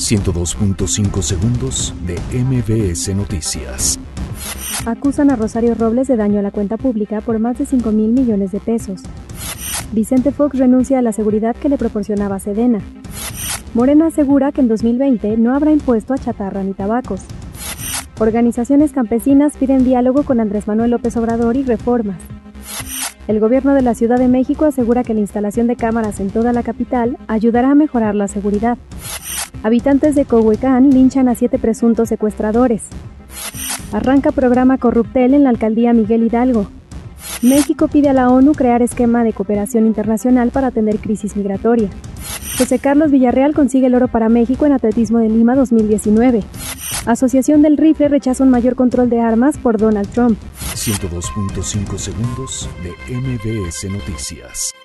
102.5 segundos de MBS Noticias. Acusan a Rosario Robles de daño a la cuenta pública por más de 5,000 millones de pesos. Vicente Fox renuncia a la seguridad que le proporcionaba Sedena. Morena asegura que en 2020 no habrá impuesto a chatarra ni tabacos. Organizaciones campesinas piden diálogo con Andrés Manuel López Obrador y reformas. El gobierno de la Ciudad de México asegura que la instalación de cámaras en toda la capital ayudará a mejorar la seguridad. Habitantes de Cohuecán linchan a 7 presuntos secuestradores. Arranca programa Corruptel en la alcaldía Miguel Hidalgo. México pide a la ONU crear esquema de cooperación internacional para atender crisis migratoria. José Carlos Villarreal consigue el oro para México en Atletismo de Lima 2019. Asociación del Rifle rechaza un mayor control de armas por Donald Trump. 102.5 segundos de MBS Noticias.